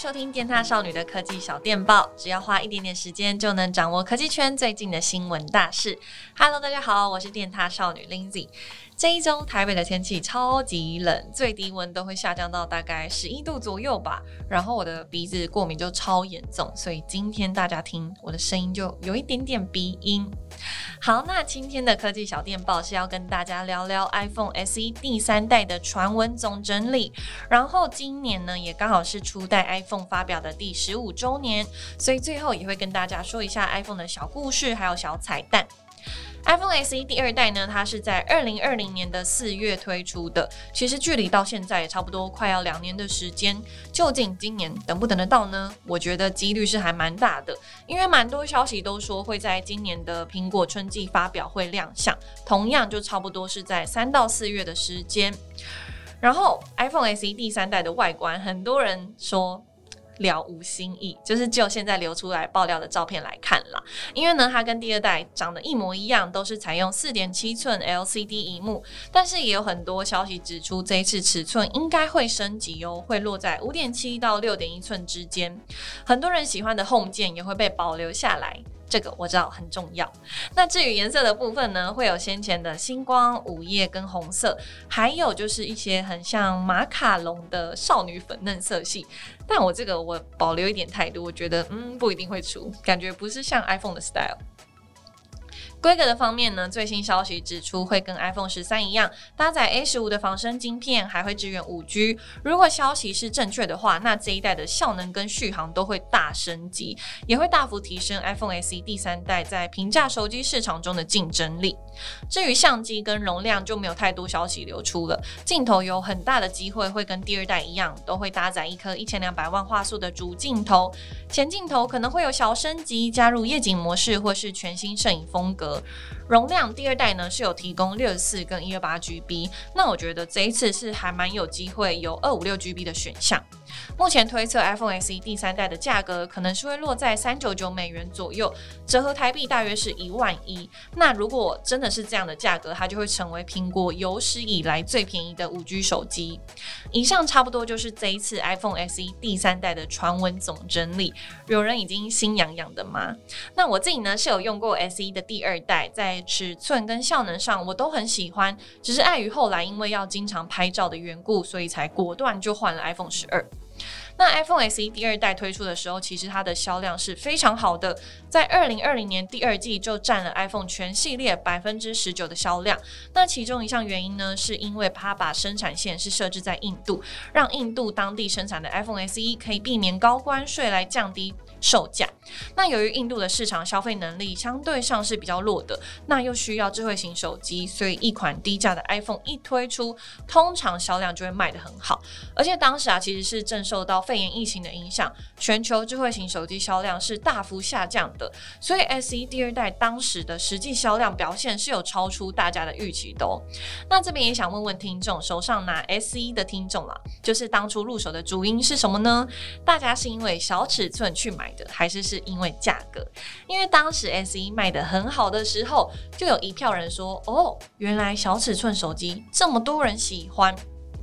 收听电獺少女的科技小电报，只要花一点点时间就能掌握科技圈最近的新闻大事。Hello， 大家好，我是电獺少女 Lindsay。这一周台北的天气超级冷，最低温都会下降到大概11度左右吧。然后我的鼻子过敏就超严重，所以今天大家听我的声音就有一点点鼻音。好，那今天的科技小电报是要跟大家聊聊 iPhone SE 第3代的传闻总整理。然后今年呢，也刚好是初代 iPhone 发表的第15周年，所以最后也会跟大家说一下 iPhone 的小故事还有小彩蛋。iPhone SE 第2代呢，它是在2020年的4月推出的，其实距离到现在也差不多快要2年的时间。究竟今年等不等得到呢？我觉得几率是还蛮大的，因为蛮多消息都说会在今年的苹果春季发表会亮相，同样就差不多是在3到4月的时间。然后 iPhone SE 第3代的外观，很多人说了无新意，就是就现在流出来爆料的照片来看啦。因为呢，它跟第2代长得一模一样，都是采用 4.7 寸 LCD 萤幕，但是也有很多消息指出，这一次尺寸应该会升级哦，会落在 5.7 到 6.1 寸之间。很多人喜欢的 Home 键也会被保留下来，这个我知道很重要。那至于颜色的部分呢，会有先前的星光、午夜跟红色，还有就是一些很像马卡龙的少女粉嫩色系。但我这个我保留一点态度，我觉得不一定会出，感觉不是像 iPhone 的 style。规格的方面呢，最新消息指出会跟 iPhone 13一样，搭载 A15 的仿生晶片，还会支援 5G。如果消息是正确的话，那这一代的效能跟续航都会大升级，也会大幅提升 iPhone SE 第3代在平价手机市场中的竞争力。至于相机跟容量就没有太多消息流出了，镜头有很大的机会会跟第2代一样，都会搭载一颗1200万画素的主镜头，前镜头可能会有小升级，加入夜景模式或是全新摄影风格。容量第2代呢是有提供64跟128GB， 那我觉得这一次是还蛮有机会有256GB 的选项。目前推测 iPhone SE 第3代的价格可能是会落在$399左右，折合台币大约是11000。那如果真的是这样的价格，它就会成为苹果有史以来最便宜的 5G 手机。以上差不多就是这一次 iPhone SE 第3代的传闻总整理，有人已经心痒痒的吗？那我自己呢是有用过 SE 的第2代，在尺寸跟效能上我都很喜欢，只是碍于后来因为要经常拍照的缘故，所以才果断就换了 iPhone 12。那 iPhone SE 第2代推出的时候，其实它的销量是非常好的，在2020年第2季就占了 iPhone 全系列 19% 的销量。那其中一项原因呢，是因为它把生产线是设置在印度，让印度当地生产的 iPhone SE 可以避免高关税来降低售价。那由于印度的市场消费能力相对上是比较弱的，那又需要智慧型手机，所以一款低价的 iPhone 一推出，通常销量就会卖得很好。而且当时其实是正受到肺炎疫情的影响，全球智慧型手机销量是大幅下降的，所以 SE 第2代当时的实际销量表现是有超出大家的预期的哦。那这边也想问问听众，手上拿 SE 的听众啦，就是当初入手的主因是什么呢？大家是因为小尺寸去买的，还是因为价格？因为当时 SE 卖得很好的时候，就有一票人说，哦，原来小尺寸手机这么多人喜欢。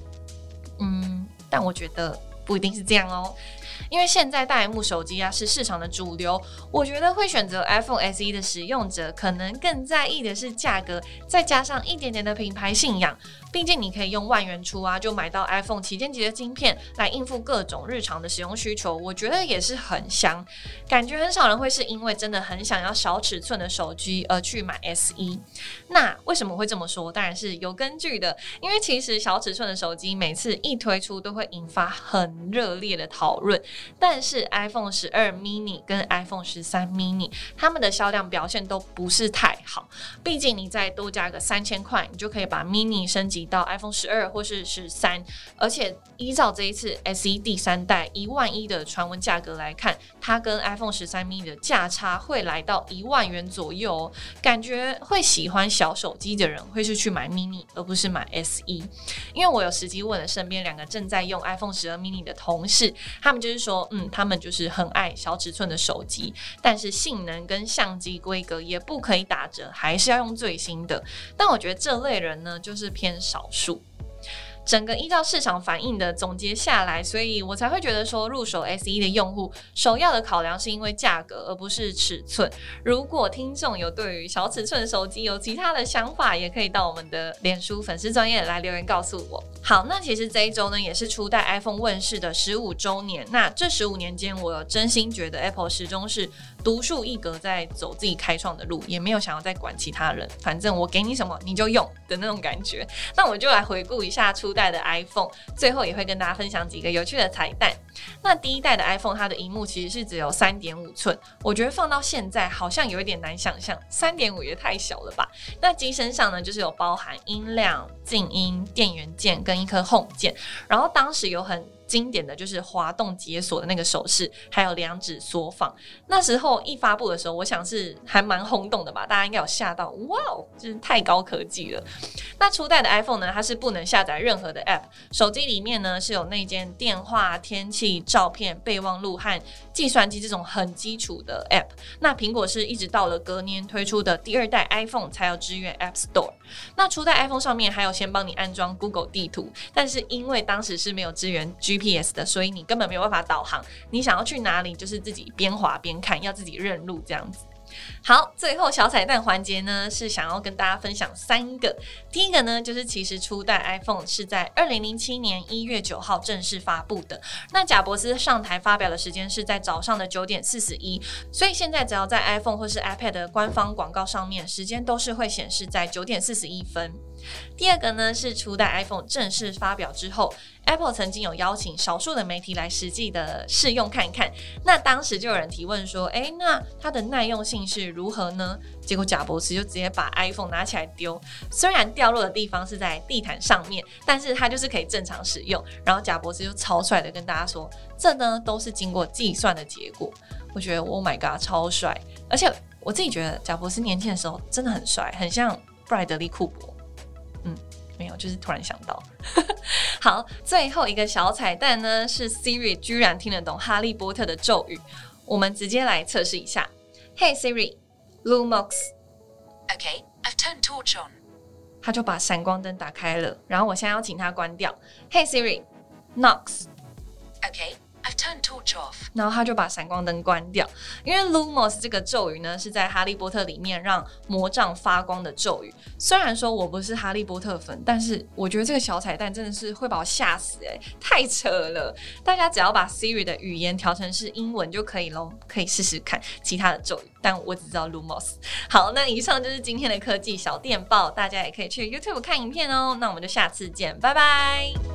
但我觉得不一定是这样哦。因为现在大萤幕手机是市场的主流，我觉得会选择 iPhone SE 的使用者可能更在意的是价格，再加上一点点的品牌信仰。毕竟你可以用万元出就买到 iPhone 旗舰级的晶片来应付各种日常的使用需求，我觉得也是很香。感觉很少人会是因为真的很想要小尺寸的手机而去买 SE。那为什么会这么说？当然是有根据的，因为其实小尺寸的手机每次一推出都会引发很热烈的讨论，但是 iPhone 12 mini 跟 iPhone 13 mini 它们的销量表现都不是太好。毕竟你再多加个3000块，你就可以把 mini 升级到 iPhone 12或是13，而且依照这一次 SE 第3代11000的传闻价格来看，它跟 iPhone 13 mini 的价差会来到1万元左右哦。感觉会喜欢小手机的人会是去买 mini 而不是买 SE。 因为我有实际问了身边2个正在用 iPhone 12 mini 的同事，他们就是说他们就是很爱小尺寸的手机，但是性能跟相机规格也不可以打折，还是要用最新的。但我觉得这类人呢就是偏少数。 整个依照市场反应的总结下来，所以我才会觉得说入手 SE 的用户首要的考量是因为价格而不是尺寸。如果听众有对于小尺寸手机有其他的想法，也可以到我们的脸书粉丝专页来留言告诉我。好，那其实这一周呢也是初代 iPhone 问世的15周年，那这15年间我有真心觉得 Apple 始终是独树一格在走自己开创的路，也没有想要再管其他人，反正我给你什么你就用的那种感觉。那我就来回顾一下初代的 iPhone， 最后也会跟大家分享几个有趣的彩蛋。那第一代的 iPhone 它的萤幕其实是只有 3.5 寸，我觉得放到现在好像有一点难想象， 3.5 也太小了吧。那机身上呢就是有包含音量、静音、电源键跟一颗 Home 键，然后当时有很经典的就是滑动解锁的那个手势，还有2指缩放。那时候一发布的时候，我想是还蛮轰动的吧，大家应该有吓到，哇哦，就是太高科技了。那初代的 iPhone 呢，它是不能下载任何的 App， 手机里面呢是有内建电话、天气、照片、备忘录和计算机这种很基础的 App。那苹果是一直到了隔年推出的第2代 iPhone 才有支援 App Store。那初代 iPhone 上面还有先帮你安装 Google 地图，但是因为当时是没有支援 GPS 的，所以你根本没有办法导航，你想要去哪里就是自己边滑边看，要自己认路这样子。好，最后小彩蛋环节呢，是想要跟大家分享3个。第一个呢，就是其实初代 iPhone 是在2007年1月9号正式发布的。那贾伯斯上台发表的时间是在早上的9点41，所以现在只要在 iPhone 或是 iPad 的官方广告上面，时间都是会显示在9点41分。第二个呢，是初代 iPhone 正式发表之后， Apple 曾经有邀请少数的媒体来实际的试用看看。那当时就有人提问说，那它的耐用性是如何呢？结果贾伯斯就直接把 iPhone 拿起来丢，虽然掉落的地方是在地毯上面，但是它就是可以正常使用。然后贾伯斯就超帅的跟大家说，这呢都是经过计算的结果。我觉得 Oh my God 超帅，而且我自己觉得贾伯斯年轻的时候真的很帅，很像布莱德利库珀。没有，就是突然想到。好，最后一个小彩蛋呢，是 Siri 居然听得懂哈利波特的咒语，我们直接来测试一下。Hey Siri, Lumos. Okay, I've turned torch on. 他就把闪光灯打开了，然后我现在要请他关掉。Hey Siri, Nox. Okay, I've turned torch off. 然后他就把闪光灯关掉，因为 Lumos 这个咒语呢是在哈利波特里面让魔杖发光的咒语。虽然说我不是哈利波特粉，但是我觉得这个小彩蛋真的是会把我吓死太扯了。大家只要把 Siri 的语言调成是英文就可以咯，可以试试看其他的咒语，但我只知道 Lumos。 好，那以上就是今天的科技小电报，大家也可以去 YouTube 看影片哦。那我们就下次见，拜拜。